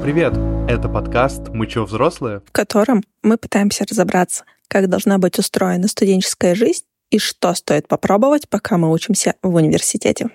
привет! Это подкаст «Мы чё, взрослые?», в котором мы пытаемся разобраться, как должна быть устроена студенческая жизнь и что стоит попробовать, пока мы учимся в университете.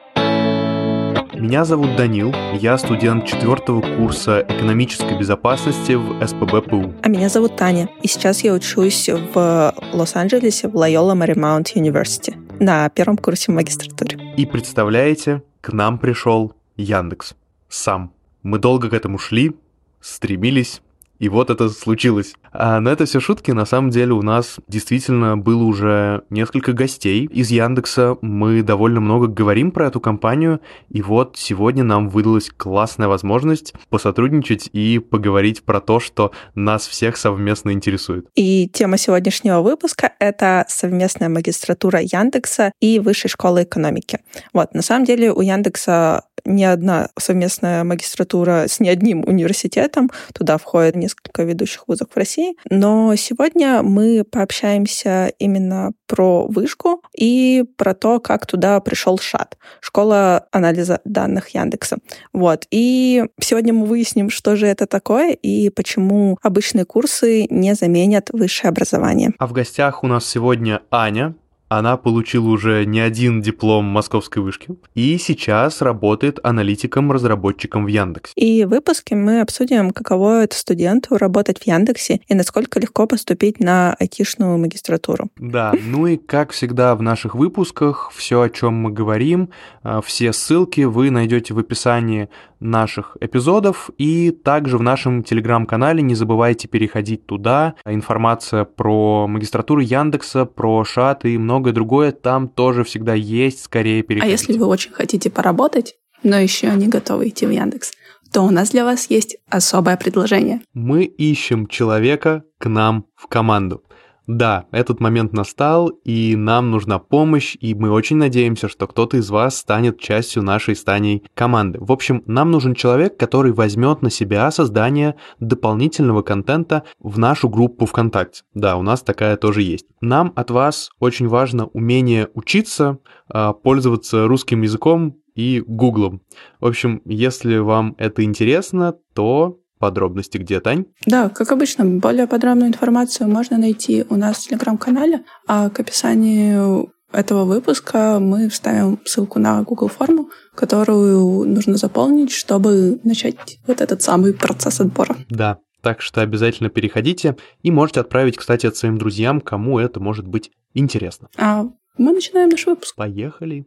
Меня зовут Данил, я студент 4-го курса экономической безопасности в СПб-ПУ. А меня зовут Таня, и сейчас я учусь в Лос-Анджелесе в Loyola Marymount University на 1-м курсе магистратуры. И представляете, к нам пришел Яндекс. Сам. Мы долго к этому шли, стремились, и вот это случилось. Но это все шутки, на самом деле у нас действительно было уже несколько гостей из Яндекса, мы довольно много говорим про эту компанию, и вот сегодня нам выдалась классная возможность посотрудничать и поговорить про то, что нас всех совместно интересует. И тема сегодняшнего выпуска — это совместная магистратура Яндекса и Высшей школы экономики. Вот, на самом деле у Яндекса не одна совместная магистратура с не одним университетом, туда входит несколько ведущих вузов в России, но сегодня мы пообщаемся именно про вышку и про то, как туда пришел ШАД, школа анализа данных Яндекса. Вот. И сегодня мы выясним, что же это такое и почему обычные курсы не заменят высшее образование. А в гостях у нас сегодня Аня. Она получила уже не один диплом Московской вышки и сейчас работает аналитиком-разработчиком в Яндексе. И в выпуске мы обсудим, каково это студенту работать в Яндексе и насколько легко поступить на айтишную магистратуру. Да, ну и как всегда в наших выпусках, все, о чем мы говорим, все ссылки вы найдете в описании наших эпизодов и также в нашем телеграм-канале. Не забывайте переходить туда. Информация про магистратуру Яндекса, про ШАД и многое другое там тоже всегда есть. Скорее переходите. А если вы очень хотите поработать, но еще не готовы идти в Яндекс, то у нас для вас есть особое предложение. Мы ищем человека к нам в команду. Да, этот момент настал, и нам нужна помощь, и мы очень надеемся, что кто-то из вас станет частью нашей с Таней команды. В общем, нам нужен человек, который возьмет на себя создание дополнительного контента в нашу группу ВКонтакте. Да, у нас такая тоже есть. Нам от вас очень важно умение учиться, пользоваться русским языком и Гуглом. В общем, если вам это интересно, то... Подробности где, Тань? Да, как обычно, более подробную информацию можно найти у нас в Телеграм-канале, а к описанию этого выпуска мы вставим ссылку на Google форму, которую нужно заполнить, чтобы начать вот этот самый процесс отбора. Да, так что обязательно переходите и можете отправить, кстати, от своим друзьям, кому это может быть интересно. А мы начинаем наш выпуск. Поехали!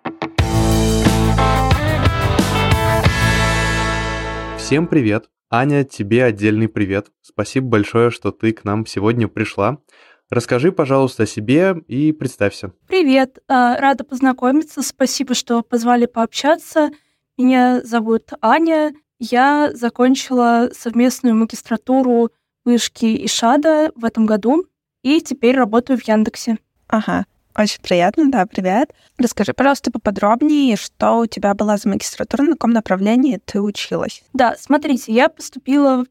Всем привет! Аня, тебе отдельный привет. Спасибо большое, что ты к нам сегодня пришла. Расскажи, пожалуйста, о себе и представься. Привет, рада познакомиться. Спасибо, что позвали пообщаться. Меня зовут Аня. Я закончила совместную магистратуру вышки и ШАДа в этом году и теперь работаю в Яндексе. Ага. Очень приятно, да, привет. Расскажи, пожалуйста, поподробнее, что у тебя была за магистратура, на каком направлении ты училась? Да, смотрите, я поступила в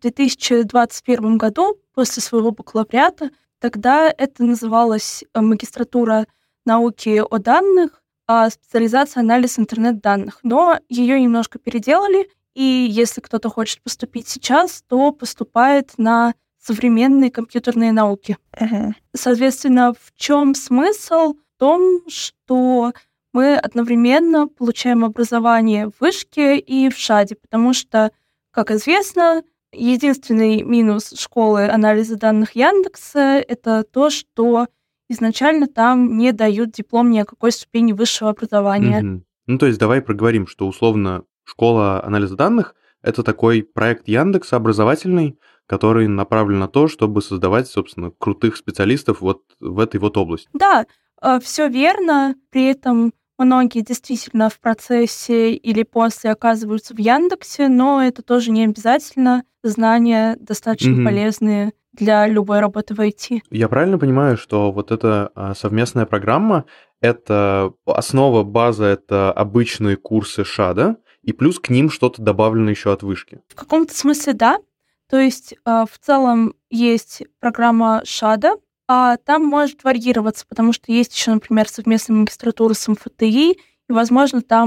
2021 году после своего бакалавриата. Тогда это называлось магистратура науки о данных, а специализация анализ интернет-данных. Но ее немножко переделали, и если кто-то хочет поступить сейчас, то поступает на современные компьютерные науки. Соответственно, в чем смысл? В том, что мы одновременно получаем образование в вышке и в ШАДе, потому что, как известно, единственный минус школы анализа данных Яндекса — это то, что изначально там не дают диплом ни о какой ступени высшего образования. Ну, то есть давай проговорим, что условно школа анализа данных — это такой проект Яндекса образовательный, который направлен на то, чтобы создавать, собственно, крутых специалистов вот в этой вот области. Да, все верно. При этом многие действительно в процессе или после оказываются в Яндексе, но это тоже не обязательно. Знания достаточно полезные для любой работы в IT. Я правильно понимаю, что вот эта совместная программа — это основа, база — это обычные курсы ШАДа, и плюс к ним что-то добавлено еще от вышки? В каком-то смысле да. То есть в целом есть программа ШАДа, а там может варьироваться, потому что есть еще, например, совместная магистратура с МФТИ, и, возможно, там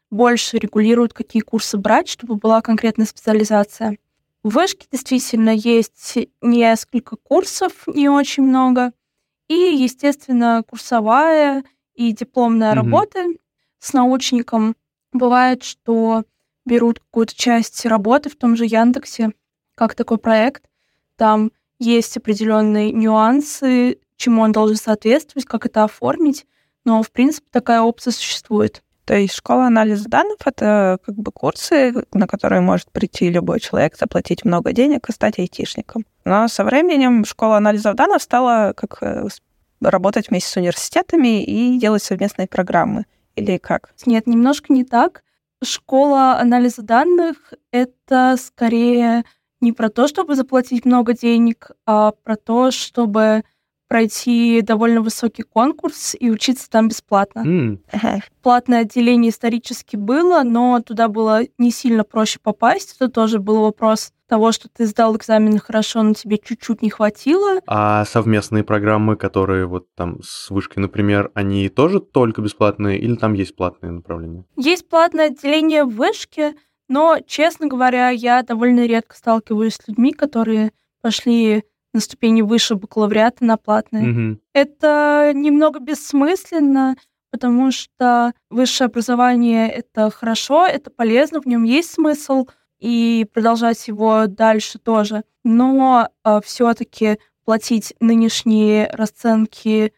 больше регулируют, какие курсы брать, чтобы была конкретная специализация. В вышке действительно есть несколько курсов, не очень много. И, естественно, курсовая и дипломная работа с научником. Бывает, что берут какую-то часть работы в том же Яндексе, как такой проект. Там есть определенные нюансы, чему он должен соответствовать, как это оформить. Но, в принципе, такая опция существует. То есть школа анализа данных — это как бы курсы, на которые может прийти любой человек, заплатить много денег и стать айтишником. Но со временем школа анализа данных стала как работать вместе с университетами и делать совместные программы. Или как? Нет, немножко не так. Школа анализа данных — это скорее не про то, чтобы заплатить много денег, а про то, чтобы пройти довольно высокий конкурс и учиться там бесплатно. Платное отделение исторически было, но туда было не сильно проще попасть. Это тоже был вопрос того, что ты сдал экзамены хорошо, но тебе чуть-чуть не хватило. А совместные программы, которые вот там с вышкой, например, они тоже только бесплатные или там есть платные направления? Есть платное отделение в вышке, но, честно говоря, я довольно редко сталкиваюсь с людьми, которые пошли на ступени выше бакалавриата на платные. Это немного бессмысленно, потому что высшее образование — это хорошо, это полезно, в нем есть смысл, и продолжать его дальше тоже. Но все-таки платить нынешние расценки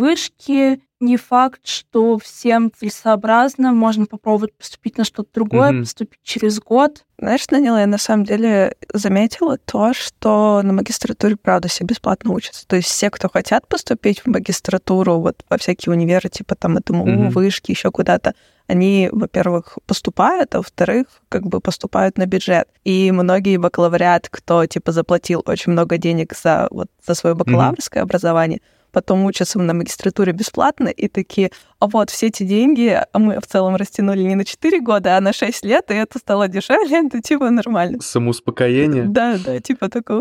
вышки не факт, что всем целесообразно. Можно попробовать поступить на что-то другое, поступить через год. Знаешь, Данила, я на самом деле заметила то, что на магистратуре, правда, все бесплатно учатся. То есть все, кто хотят поступить в магистратуру, вот во всякие универы, типа там ЭТМУ, вышки, еще куда-то, они, во-первых, поступают, а во-вторых, как бы поступают на бюджет. И многие бакалавриат, кто, типа, заплатил очень много денег за свое бакалаврское образование, потом учатся на магистратуре бесплатно, и такие, а вот все эти деньги мы в целом растянули не на 4 года, а на 6 лет, и это стало дешевле, это типа нормально. Самоуспокоение? Да, типа такого.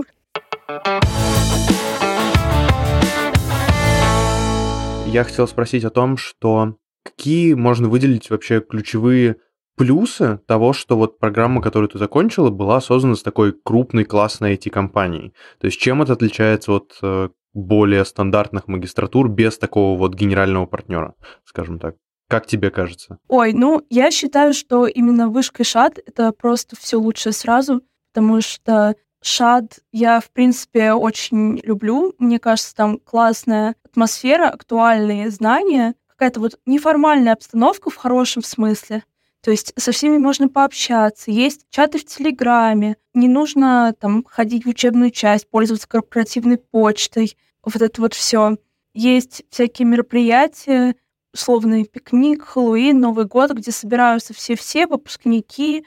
Я хотел спросить о том, что какие можно выделить вообще ключевые плюсы того, что вот программа, которую ты закончила, была создана с такой крупной, классной IT-компанией. То есть чем это отличается от более стандартных магистратур без такого вот генерального партнера, скажем так? Как тебе кажется? Ой, я считаю, что именно вышка и ШАД — это просто все лучшее сразу, потому что ШАД я, в принципе, очень люблю. Мне кажется, там классная атмосфера, актуальные знания, какая-то вот неформальная обстановка в хорошем смысле. То есть со всеми можно пообщаться, есть чаты в Телеграме, не нужно там ходить в учебную часть, пользоваться корпоративной почтой, вот это вот все. Есть всякие мероприятия, условный пикник, Хэллоуин, Новый год, где собираются все выпускники,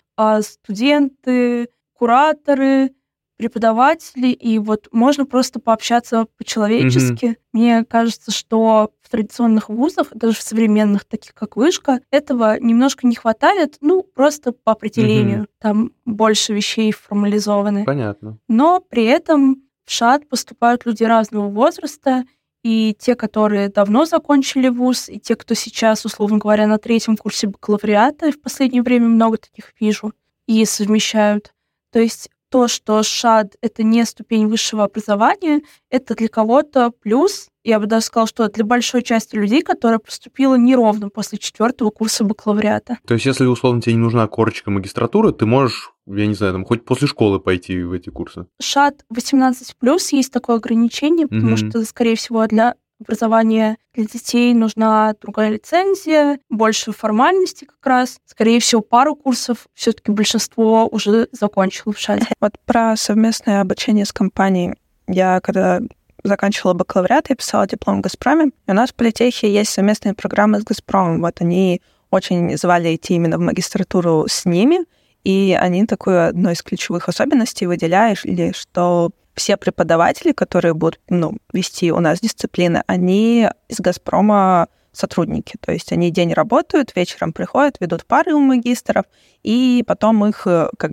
студенты, кураторы, преподаватели, и вот можно просто пообщаться по-человечески. Мне кажется, что в традиционных вузах, даже в современных, таких как Вышка, этого немножко не хватает, просто по определению. Там больше вещей формализованы. Понятно. Но при этом в ШАД поступают люди разного возраста, и те, которые давно закончили вуз, и те, кто сейчас, условно говоря, на 3-м курсе бакалавриата, и в последнее время много таких вижу, и совмещают. То есть то, что ШАД — это не ступень высшего образования, это для кого-то плюс. Я бы даже сказала, что для большой части людей, которая поступила неровно после 4-го курса бакалавриата. То есть, если, условно, тебе не нужна корочка магистратуры, ты можешь, я не знаю, там, хоть после школы пойти в эти курсы? ШАД 18+, есть такое ограничение, потому что, скорее всего, для образования для детей нужна другая лицензия, больше формальностей как раз. Скорее всего, пару курсов все-таки большинство уже закончило в ШАДе. Вот про совместное обучение с компанией. Я когда заканчивала бакалавриат, я писала диплом в «Газпроме». И у нас в политехе есть совместные программы с «Газпромом». Вот они очень звали идти именно в магистратуру с ними, и они такую одной из ключевых особенностей выделяли, что все преподаватели, которые будут вести у нас дисциплины, они из «Газпрома» сотрудники. То есть они день работают, вечером приходят, ведут пары у магистров, и потом их как бы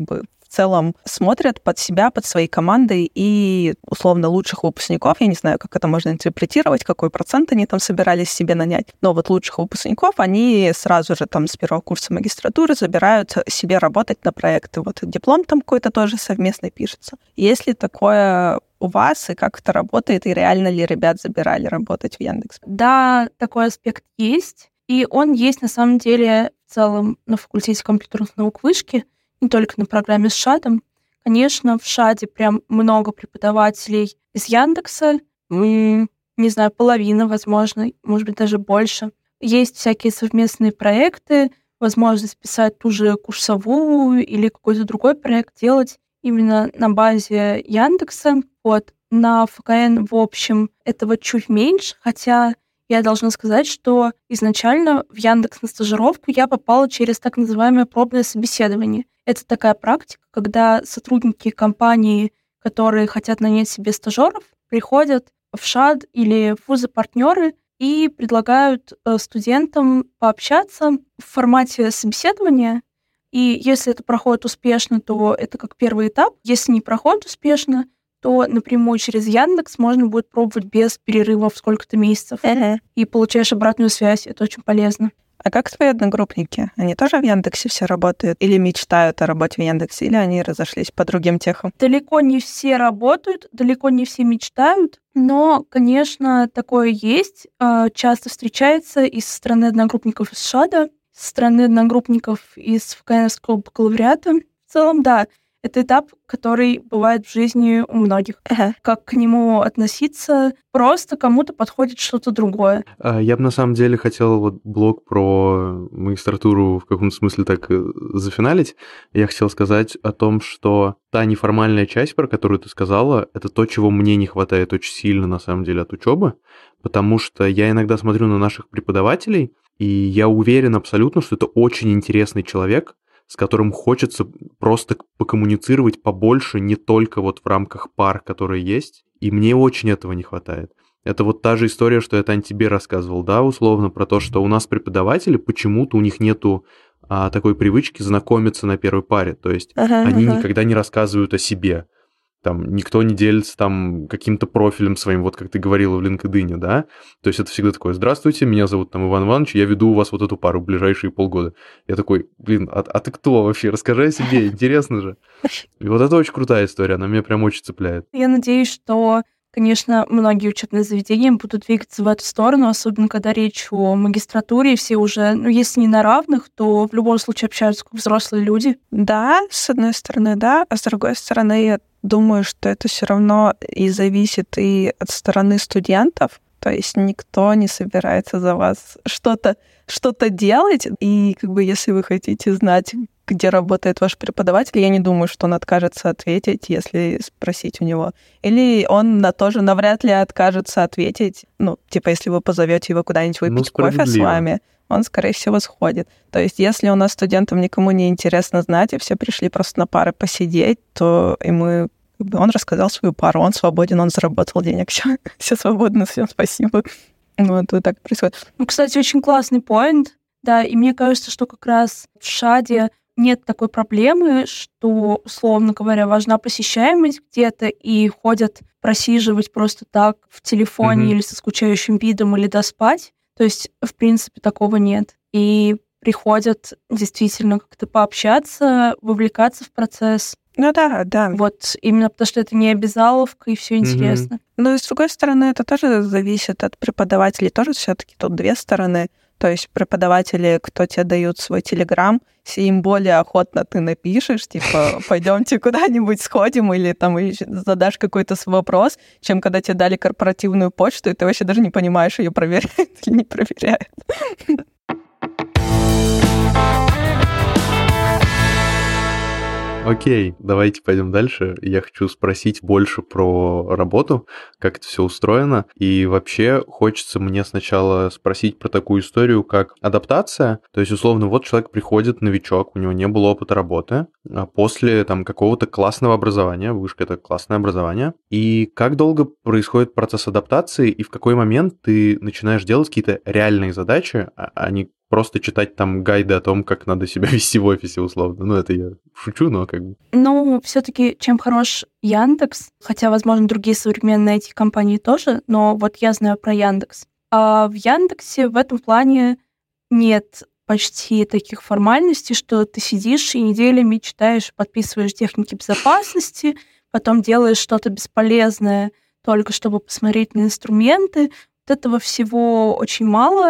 в целом смотрят под себя, под свои команды и, условно, лучших выпускников, я не знаю, как это можно интерпретировать, какой процент они там собирались себе нанять, но вот лучших выпускников, они сразу же там с первого курса магистратуры забирают себе работать на проекты. Вот диплом там какой-то тоже совместный пишется. Есть ли такое у вас, и как это работает, и реально ли ребят забирали работать в Яндекс? Да, такой аспект есть, и он есть на самом деле в целом на факультете компьютерных наук вышки, не только на программе с ШАДом. Конечно, в ШАДе прям много преподавателей из Яндекса, не знаю, половина, возможно, может быть, даже больше. Есть всякие совместные проекты, возможность писать ту же курсовую или какой-то другой проект делать именно на базе Яндекса. Вот. На ФКН, в общем, этого чуть меньше, хотя я должна сказать, что изначально в Яндекс на стажировку я попала через так называемое пробное собеседование. Это такая практика, когда сотрудники компании, которые хотят нанять себе стажеров, приходят в ШАД или в вузы-партнеры и предлагают студентам пообщаться в формате собеседования. И если это проходит успешно, то это как первый этап. Если не проходит успешно, то напрямую через Яндекс можно будет пробовать без перерывов сколько-то месяцев. И получаешь обратную связь. Это очень полезно. А как твои одногруппники? Они тоже в Яндексе все работают? Или мечтают о работе в Яндексе? Или они разошлись по другим техам? Далеко не все работают, далеко не все мечтают. Но, конечно, такое есть. Часто встречается и со стороны одногруппников из ШАДа, со стороны одногруппников из ФКНовского бакалавриата. В целом, да, это этап, который бывает в жизни у многих. Как к нему относиться? Просто кому-то подходит что-то другое. Я бы на самом деле хотел вот блог про магистратуру в каком-то смысле так зафиналить. Я хотел сказать о том, что та неформальная часть, про которую ты сказала, это то, чего мне не хватает очень сильно на самом деле от учебы, потому что я иногда смотрю на наших преподавателей, и я уверен абсолютно, что это очень интересный человек, с которым хочется просто покоммуницировать побольше, не только вот в рамках пар, которые есть. И мне очень этого не хватает. Это вот та же история, что я, Тань, тебе рассказывал, да, условно, про то, что у нас преподаватели, почему-то у них нету такой привычки знакомиться на первой паре. То есть они никогда не рассказывают о себе. Там никто не делится там каким-то профилем своим, вот как ты говорила в LinkedIn, да? То есть это всегда такое: здравствуйте, меня зовут там Иван Иванович, я веду у вас вот эту пару в ближайшие полгода. Я такой: блин, а ты кто вообще? Расскажи о себе, интересно же. И вот это очень крутая история, она меня прям очень цепляет. Я надеюсь, что, конечно, многие учебные заведения будут двигаться в эту сторону, особенно когда речь о магистратуре, все уже, если не на равных, то в любом случае общаются как взрослые люди. Да, с одной стороны, да, а с другой стороны, я думаю, что это все равно и зависит и от стороны студентов, то есть никто не собирается за вас что-то делать, и как бы если вы хотите знать, где работает ваш преподаватель, я не думаю, что он откажется ответить, если спросить у него. Или он тоже навряд ли откажется ответить, если вы позовете его куда-нибудь выпить кофе с вами, он, скорее всего, сходит. То есть если у нас студентам никому не интересно знать, и все пришли просто на пары посидеть, то он рассказал свою пару, он свободен, он заработал денег, все свободны, всем спасибо. Вот так происходит. Кстати, очень классный поинт, да, и мне кажется, что как раз в ШАДе нет такой проблемы, что, условно говоря, важна посещаемость где-то, и ходят просиживать просто так в телефоне или со скучающим видом, или доспать. То есть, в принципе, такого нет. И приходят действительно как-то пообщаться, вовлекаться в процесс. Ну да. Вот именно потому, что это не обязаловка, и все интересно. Ну и с другой стороны, это тоже зависит от преподавателей. Тоже все-таки тут две стороны. То есть преподаватели, кто тебе дают свой телеграм, им более охотно ты напишешь, типа, пойдемте куда-нибудь сходим, или там задашь какой-то свой вопрос, чем когда тебе дали корпоративную почту, и ты вообще даже не понимаешь, ее проверяют или не проверяют. Окей, давайте пойдем дальше. Я хочу спросить больше про работу, как это все устроено. И вообще хочется мне сначала спросить про такую историю, как адаптация. То есть, условно, вот человек приходит, новичок, у него не было опыта работы, а после там какого-то классного образования, вышка — это классное образование. И как долго происходит процесс адаптации, и в какой момент ты начинаешь делать какие-то реальные задачи, а не просто читать там гайды о том, как надо себя вести в офисе, условно. Ну, это я шучу, но как бы... Ну, все-таки чем хорош Яндекс, хотя, возможно, другие современные IT-компании тоже, но вот я знаю про Яндекс. А в Яндексе в этом плане нет почти таких формальностей, что ты сидишь и неделями читаешь, подписываешь техники безопасности, потом делаешь что-то бесполезное только чтобы посмотреть на инструменты. Вот этого всего очень мало,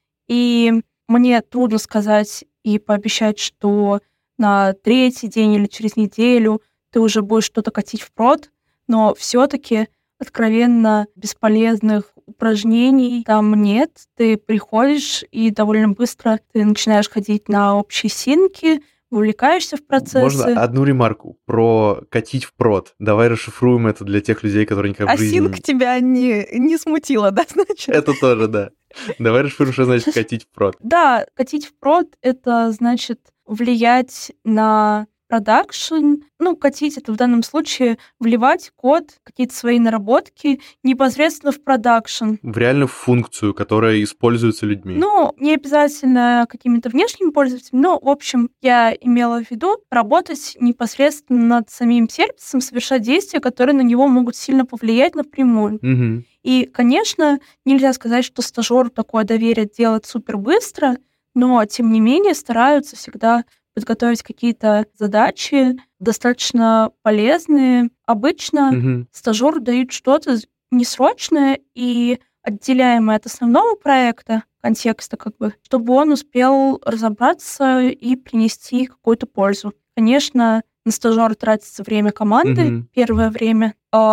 и мне трудно сказать и пообещать, что на третий день или через неделю ты уже будешь что-то катить в прод, но все-таки откровенно бесполезных упражнений там нет. Ты приходишь, и довольно быстро ты начинаешь ходить на общие синки, вовлекаешься в процессы. Можно одну ремарку про катить в прод? Давай расшифруем это для тех людей, которые никогда в жизни... Синк тебя не смутило, да, значит? Это тоже, да. Давай расшифруем, что значит катить в прод. Да, катить в прод — это значит влиять на продакшн. Ну, катить — это в данном случае вливать код, какие-то свои наработки непосредственно в продакшн. В реальную функцию, которая используется людьми. Ну, не обязательно какими-то внешними пользователями, но, в общем, я имела в виду работать непосредственно над самим сервисом, совершать действия, которые на него могут сильно повлиять напрямую. Угу. И, конечно, нельзя сказать, что стажеру такое доверят делать супер быстро, но, тем не менее, стараются всегда подготовить какие-то задачи достаточно полезные. Обычно стажеру дают что-то несрочное и отделяемое от основного проекта, контекста как бы, чтобы он успел разобраться и принести какую-то пользу. Конечно, на стажера тратится время команды первое время,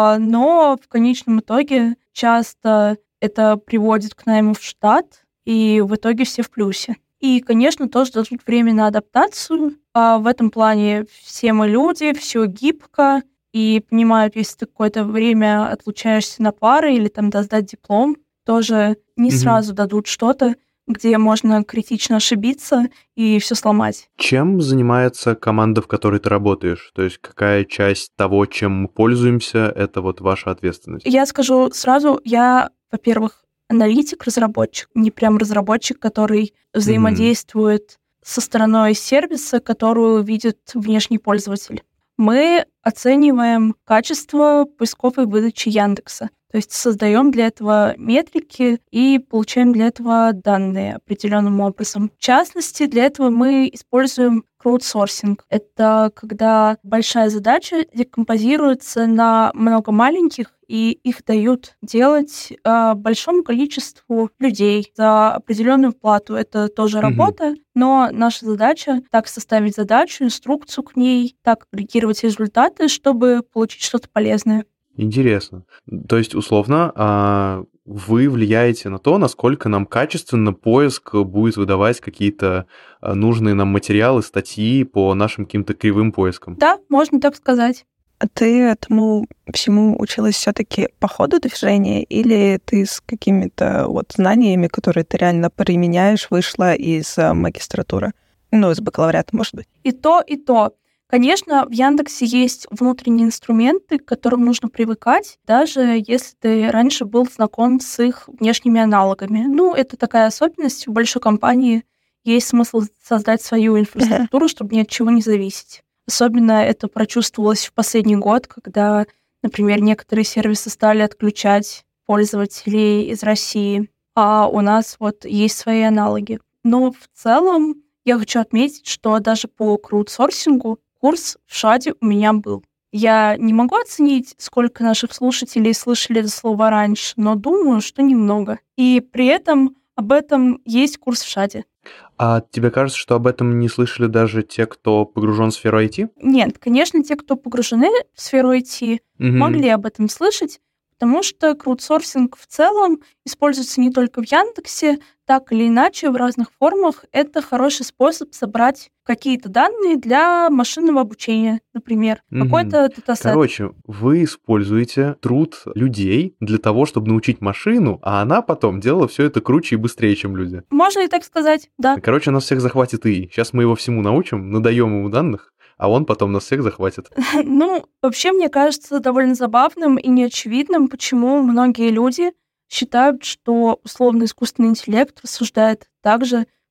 но в конечном итоге часто это приводит к найму в штат, и в итоге все в плюсе. И, конечно, тоже дадут время на адаптацию. В этом плане все мы люди, все гибко, и понимают, если ты какое-то время отлучаешься на пары или там сдать диплом, тоже не сразу дадут что-то, где можно критично ошибиться и все сломать. Чем занимается команда, в которой ты работаешь? То есть какая часть того, чем мы пользуемся, это вот ваша ответственность? Я скажу сразу, я, во-первых, аналитик-разработчик, не прям разработчик, который взаимодействует со стороной сервиса, которую видит внешний пользователь. Мы оцениваем качество поисковой выдачи Яндекса. То есть создаем для этого метрики и получаем для этого данные определенным образом. В частности, для этого мы используем краудсорсинг. Это когда большая задача декомпозируется на много маленьких, и их дают делать большому количеству людей за определенную плату. Это тоже работа, но наша задача так составить задачу, инструкцию к ней, так агрегировать результаты, чтобы получить что-то полезное. Интересно. То есть, условно, вы влияете на то, насколько нам качественно поиск будет выдавать какие-то нужные нам материалы, статьи по нашим каким-то кривым поискам. Да, можно так сказать. А ты этому всему училась все-таки по ходу движения, или ты с какими-то вот знаниями, которые ты реально применяешь, вышла из магистратуры? Ну, из бакалавриата, может быть. И то, и то. Конечно, в Яндексе есть внутренние инструменты, к которым нужно привыкать, даже если ты раньше был знаком с их внешними аналогами. Ну, это такая особенность. В большой компании есть смысл создать свою инфраструктуру, чтобы ни от чего не зависеть. Особенно это прочувствовалось в последний год, когда, например, некоторые сервисы стали отключать пользователей из России, а у нас вот есть свои аналоги. Но в целом я хочу отметить, что даже по краудсорсингу курс в ШАДе у меня был. Я не могу оценить, сколько наших слушателей слышали это слово раньше, но думаю, что немного. И при этом об этом есть курс в ШАДе. А тебе кажется, что об этом не слышали даже те, кто погружен в сферу IT? Нет, конечно, те, кто погружены в сферу IT, могли об этом слышать, потому что краудсорсинг в целом используется не только в Яндексе, так или иначе, в разных формах. Это хороший способ собрать какие-то данные для машинного обучения, например. Какой-то датасет. Короче, вы используете труд людей для того, чтобы научить машину, а она потом делала все это круче и быстрее, чем люди. Можно и так сказать, да. Короче, нас всех захватит ИИ. Сейчас мы его всему научим, надаем ему данных, а он потом нас всех захватит. Ну, вообще, мне кажется довольно забавным и неочевидным, почему многие люди считают, что условно искусственный интеллект рассуждает так же,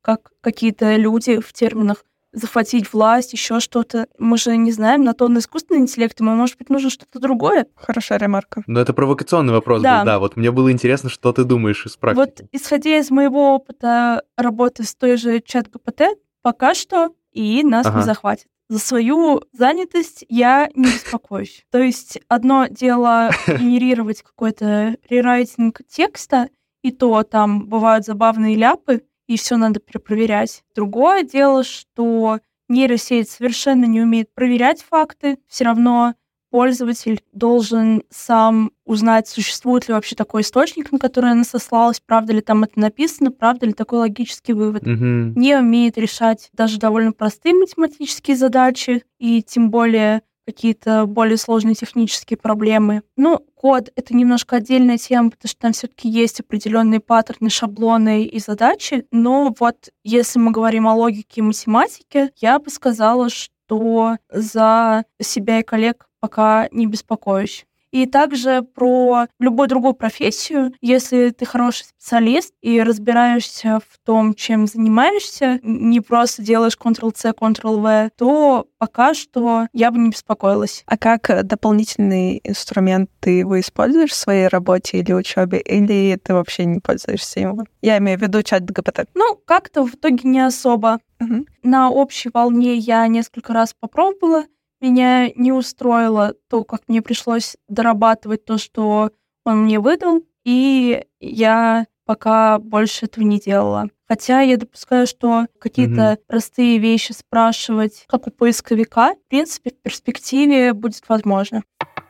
как какие-то люди в терминах захватить власть, еще что-то. Мы же не знаем, на то на искусственный интеллект, ему, может быть, нужно что-то другое. Хорошая ремарка. Но это провокационный вопрос был, да. Вот мне было интересно, что ты думаешь из практики. Вот исходя из моего опыта работы с той же чат-ГПТ, пока что и нас не захватит. За свою занятость я не беспокоюсь. То есть одно дело генерировать какой-то рерайтинг текста, и то там бывают забавные ляпы, и все надо перепроверять. Другое дело, что нейросеть совершенно не умеет проверять факты. Все равно пользователь должен сам узнать, существует ли вообще такой источник, на который она сослалась, правда ли там это написано, правда ли такой логический вывод. Не умеет решать даже довольно простые математические задачи, и тем более какие-то более сложные технические проблемы. Ну, код — это немножко отдельная тема, потому что там все-таки есть определенные паттерны, шаблоны и задачи. Но вот если мы говорим о логике и математике, я бы сказала, что за себя и коллег пока не беспокоюсь. И также про любую другую профессию. Если ты хороший специалист и разбираешься в том, чем занимаешься, не просто делаешь Ctrl-C, Ctrl-V, то пока что я бы не беспокоилась. А как дополнительный инструмент ты его используешь в своей работе или учебе, или ты вообще не пользуешься им? Я имею в виду чат-ГПТ. Ну, как-то в итоге не особо. На общей волне я несколько раз попробовала. Меня не устроило то, как мне пришлось дорабатывать то, что он мне выдал, и я пока больше этого не делала. Хотя я допускаю, что какие-то простые вещи спрашивать, как у поисковика, в принципе, в перспективе будет возможно.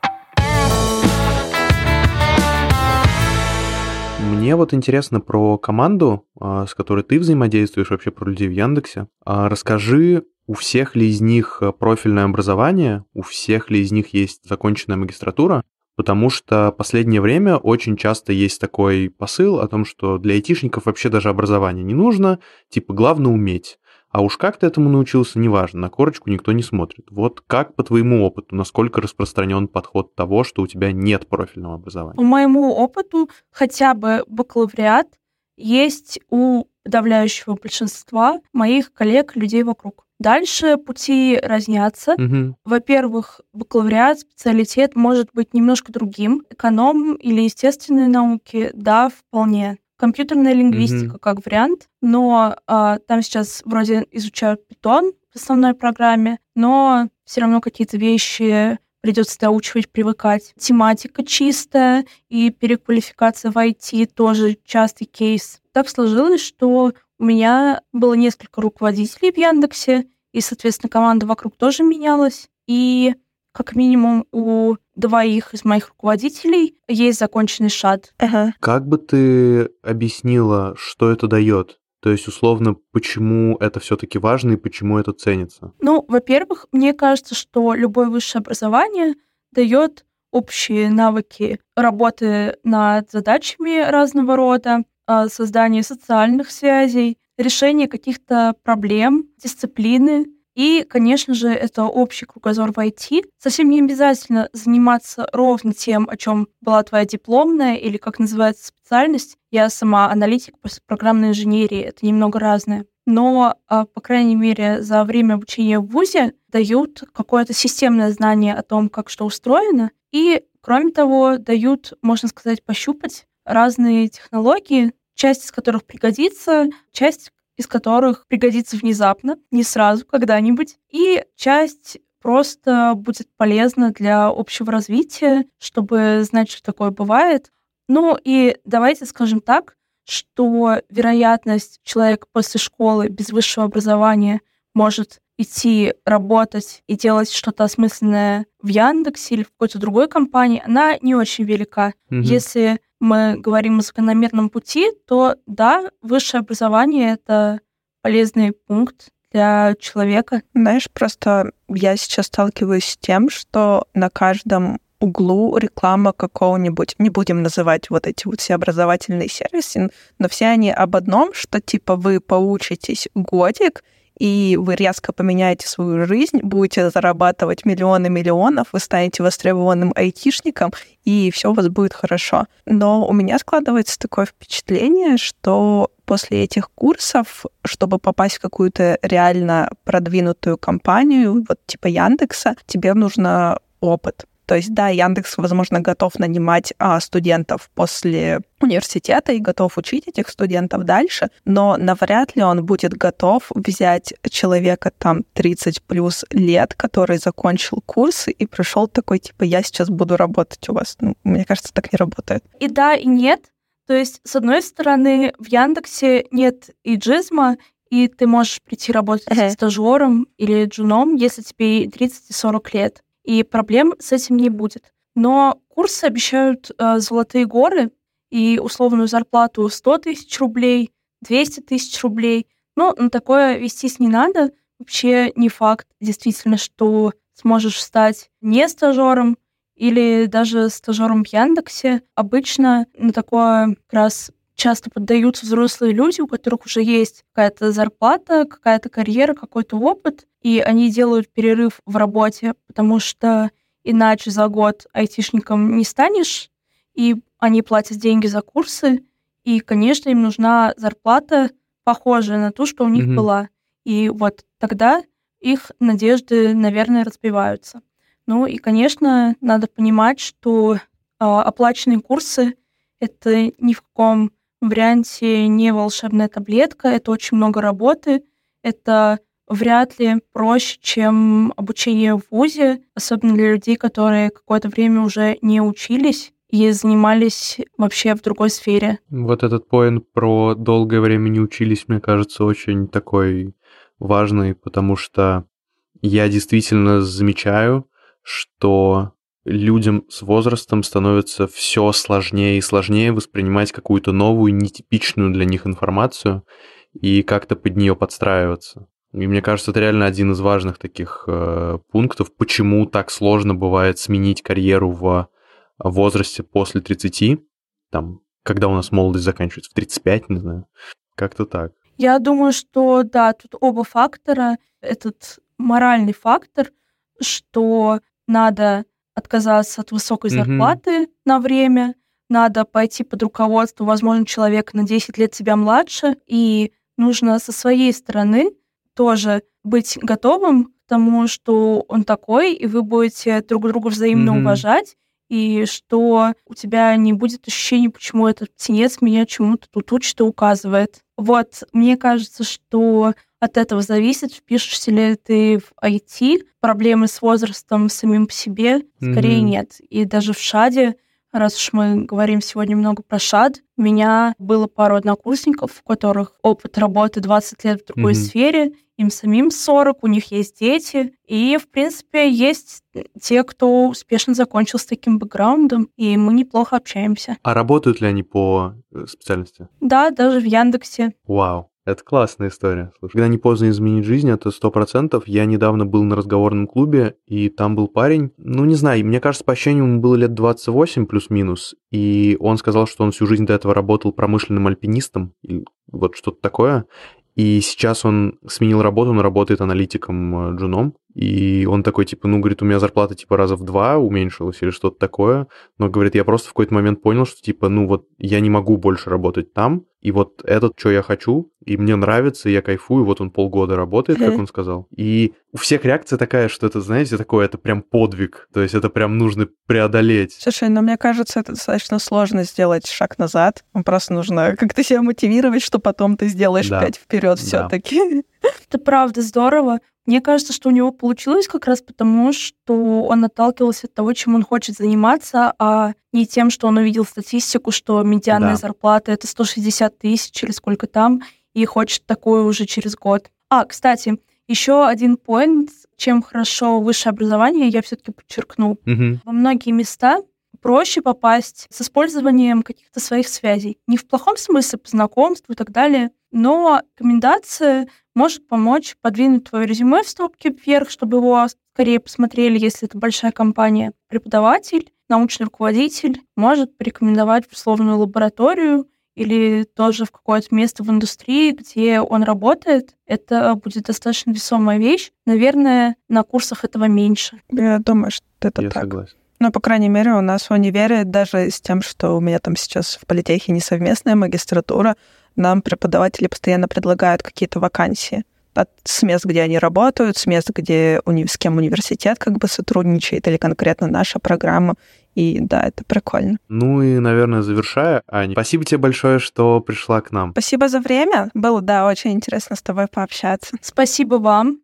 Мне вот интересно про команду, с которой ты взаимодействуешь, вообще про людей в Яндексе. Расскажи, у всех ли из них профильное образование, у всех ли из них есть законченная магистратура? Потому что в последнее время очень часто есть такой посыл о том, что для айтишников вообще даже образование не нужно, типа главное уметь. А уж как ты этому научился, неважно, на корочку никто не смотрит. Вот как по твоему опыту, насколько распространен подход того, что у тебя нет профильного образования? По моему опыту хотя бы бакалавриат есть у подавляющего большинства моих коллег, людей вокруг. Дальше пути разнятся. Во-первых, бакалавриат, специалитет может быть немножко другим. Эконом или естественные науки, да, вполне. Компьютерная лингвистика как вариант, но там сейчас вроде изучают Python в основной программе, но все равно какие-то вещи придется доучивать, привыкать. Тематика чистая и переквалификация в IT тоже частый кейс. Так сложилось, что у меня было несколько руководителей в Яндексе, и, соответственно, команда вокруг тоже менялась. И как минимум у 2 из моих руководителей есть законченный ШАТ. Как бы ты объяснила, что это дает? То есть, условно, почему это все-таки важно и почему это ценится? Ну, во-первых, мне кажется, что любое высшее образование дает общие навыки работы над задачами разного рода, создания социальных связей, решения каких-то проблем, дисциплины. И, конечно же, это общий кругозор в IT. Совсем не обязательно заниматься ровно тем, о чем была твоя дипломная или, как называется, специальность. Я сама аналитик по программной инженерии, это немного разное. Но, по крайней мере, за время обучения в ВУЗе дают какое-то системное знание о том, как что устроено. И, кроме того, дают, можно сказать, пощупать разные технологии, часть из которых пригодится, часть из которых пригодится внезапно, не сразу, когда-нибудь, и часть просто будет полезна для общего развития, чтобы знать, что такое бывает. Ну и давайте скажем так, что вероятность человека после школы без высшего образования может идти работать и делать что-то осмысленное в Яндексе или в какой-то другой компании, она не очень велика. Если мы говорим о закономерном пути, то да, высшее образование — это полезный пункт для человека. Знаешь, просто я сейчас сталкиваюсь с тем, что на каждом углу реклама какого-нибудь, не будем называть вот эти вот все образовательные сервисы, но все они об одном, что типа вы поучитесь годик, и вы резко поменяете свою жизнь, будете зарабатывать миллионы миллионов, вы станете востребованным айтишником, и все у вас будет хорошо. Но у меня складывается такое впечатление, что после этих курсов, чтобы попасть в какую-то реально продвинутую компанию, вот типа Яндекса, тебе нужно опыт. То есть, да, Яндекс, возможно, готов нанимать студентов после университета и готов учить этих студентов дальше, но навряд ли он будет готов взять человека там 30 плюс лет, который закончил курсы и пришел такой, типа, я сейчас буду работать у вас. Ну, мне кажется, так не работает. И да, и нет. То есть, с одной стороны, в Яндексе нет эйджизма, и ты можешь прийти работать стажером или джуном, если тебе 30 и 40 лет. И проблем с этим не будет. Но курсы обещают золотые горы и условную зарплату 100 тысяч рублей, 200 тысяч рублей. Но на такое вестись не надо. Вообще не факт, действительно, что сможешь стать не стажером или даже стажером в Яндексе. Обычно на такое как раз часто поддаются взрослые люди, у которых уже есть какая-то зарплата, какая-то карьера, какой-то опыт, и они делают перерыв в работе, потому что иначе за год айтишником не станешь, и они платят деньги за курсы, и, конечно, им нужна зарплата, похожая на ту, что у них была. И вот тогда их надежды, наверное, разбиваются. Ну и, конечно, надо понимать, что оплаченные курсы — это ни в каком варианте не волшебная таблетка, это очень много работы, это вряд ли проще, чем обучение в вузе, особенно для людей, которые какое-то время уже не учились и занимались вообще в другой сфере. Вот этот поинт про долгое время не учились, мне кажется, очень такой важный, потому что я действительно замечаю, что людям с возрастом становится все сложнее и сложнее воспринимать какую-то новую, нетипичную для них информацию и как-то под нее подстраиваться. И мне кажется, это реально один из важных таких пунктов, почему так сложно бывает сменить карьеру в возрасте после 30, там, когда у нас молодость заканчивается, в 35, не знаю, как-то так. Я думаю, что да, тут оба фактора. Этот моральный фактор, что надо отказаться от высокой зарплаты на время, надо пойти под руководство, возможно, человека на 10 лет тебя младше, и нужно со своей стороны тоже быть готовым к тому, что он такой, и вы будете друг друга взаимно уважать, и что у тебя не будет ощущения, почему этот птенец меня чему-то тут учит и указывает. Вот, мне кажется, что от этого зависит, впишешься ли ты в IT. Проблемы с возрастом самим по себе скорее нет. И даже в ШАДе, раз уж мы говорим сегодня много про ШАД, у меня было пару однокурсников, у которых опыт работы 20 лет в другой сфере, им самим 40, у них есть дети, и, в принципе, есть те, кто успешно закончил с таким бэкграундом, и мы неплохо общаемся. А работают ли они по специальности? Да, даже в Яндексе. Вау. Это классная история. Слушай, когда не поздно изменить жизнь, это 100%. Я недавно был на разговорном клубе, и там был парень, ну, не знаю, мне кажется, по ощущениям ему было лет 28 плюс-минус, и он сказал, что он всю жизнь до этого работал промышленным альпинистом, или вот что-то такое, и сейчас он сменил работу, он работает аналитиком джуном, и он такой, типа, ну, говорит, у меня зарплата, типа, раза в 2 уменьшилась или что-то такое, но, говорит, я просто в какой-то момент понял, что, типа, ну, вот я не могу больше работать там, и вот этот, что я хочу, и мне нравится, и я кайфую, вот он полгода работает, как он сказал. И у всех реакция такая, что это, знаете, такое, это прям подвиг, то есть это прям нужно преодолеть. Слушай, но мне кажется, это достаточно сложно сделать шаг назад. Просто нужно как-то себя мотивировать, что потом ты сделаешь 5 вперед все-таки. Это правда здорово. Мне кажется, что у него получилось как раз потому, что он отталкивался от того, чем он хочет заниматься, а не тем, что он увидел статистику, что медианная зарплата — это 160 тысяч или сколько там, и хочет такое уже через год. Кстати, еще один поинт, чем хорошо высшее образование, я все-таки подчеркну. Во многие места проще попасть с использованием каких-то своих связей. Не в плохом смысле, по знакомству и так далее, но рекомендация может помочь подвинуть твое резюме в стопке вверх, чтобы его скорее посмотрели, если это большая компания. Преподаватель, научный руководитель может порекомендовать в условную лабораторию или тоже в какое-то место в индустрии, где он работает, это будет достаточно весомая вещь. Наверное, на курсах этого меньше. Я думаю, что это Я так. согласен. Но, по крайней мере, у нас в универе, даже с тем, что у меня там сейчас в политехе не совместная магистратура, нам преподаватели постоянно предлагают какие-то вакансии. С мест, где они работают, с мест, где с кем университет как бы сотрудничает, или конкретно наша программа. И да, это прикольно. Ну и, наверное, завершая, Аня, спасибо тебе большое, что пришла к нам. Спасибо за время. Было, да, очень интересно с тобой пообщаться. Спасибо вам.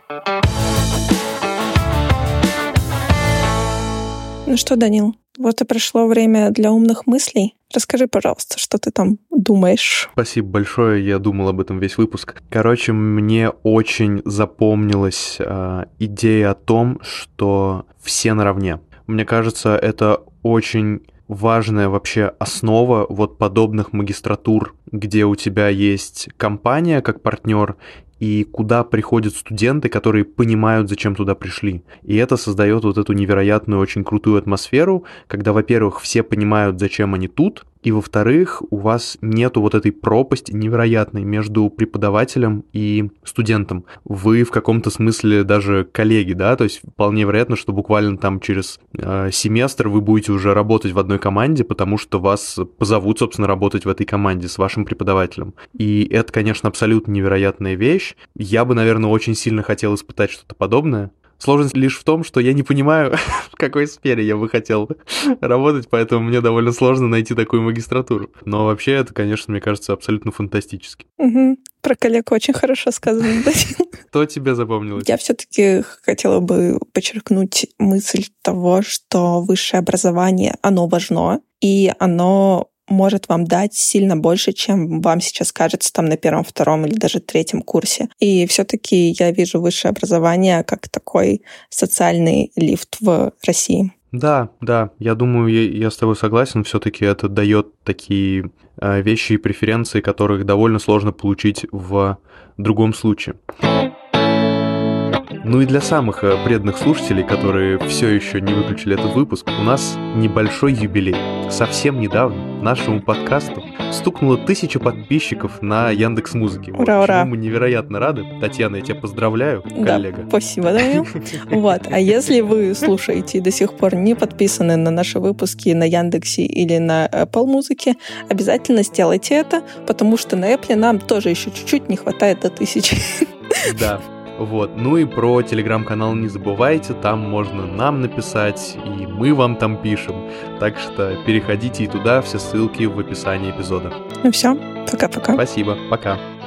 Ну что, Данил, вот и пришло время для умных мыслей. Расскажи, пожалуйста, что ты там думаешь. Спасибо большое, я думал об этом весь выпуск. Короче, мне очень запомнилась идея о том, что все наравне. Мне кажется, это очень важная вообще основа вот подобных магистратур, где у тебя есть компания как партнер, и куда приходят студенты, которые понимают, зачем туда пришли. И это создает вот эту невероятную, очень крутую атмосферу, когда, во-первых, все понимают, зачем они тут, и, во-вторых, у вас нету вот этой пропасти невероятной между преподавателем и студентом. Вы в каком-то смысле даже коллеги, да, то есть вполне вероятно, что буквально там через семестр вы будете уже работать в одной команде, потому что вас позовут, собственно, работать в этой команде с вашим преподавателем. И это, конечно, абсолютно невероятная вещь. Я бы, наверное, очень сильно хотел испытать что-то подобное. Сложность лишь в том, что я не понимаю, в какой сфере я бы хотел работать, поэтому мне довольно сложно найти такую магистратуру. Но вообще это, конечно, мне кажется, абсолютно фантастически. Угу. Про коллег очень хорошо сказано, Данил. Что тебе запомнилось? Я все-таки хотела бы подчеркнуть мысль того, что высшее образование, оно важно, и оно может вам дать сильно больше, чем вам сейчас кажется там на первом, втором или даже третьем курсе. И все-таки я вижу высшее образование как такой социальный лифт в России. Да, я думаю, я с тобой согласен, все-таки это дает такие вещи и преференции, которых довольно сложно получить в другом случае. Ну и для самых преданных слушателей, которые все еще не выключили этот выпуск, у нас небольшой юбилей. Совсем недавно нашему подкасту стукнуло 1000 подписчиков на Яндекс.Музыке. Ура, ура! Мы невероятно рады. Татьяна, я тебя поздравляю, коллега. Да, спасибо, Данил. Вот. А если вы слушаете и до сих пор не подписаны на наши выпуски на Яндексе или на Apple Музыке, обязательно сделайте это, потому что на Apple нам тоже еще чуть-чуть не хватает до 1000. Да. Вот, ну и про телеграм-канал не забывайте, там можно нам написать, и мы вам там пишем. Так что переходите и туда, все ссылки в описании эпизода. Ну все, пока-пока. Спасибо, пока.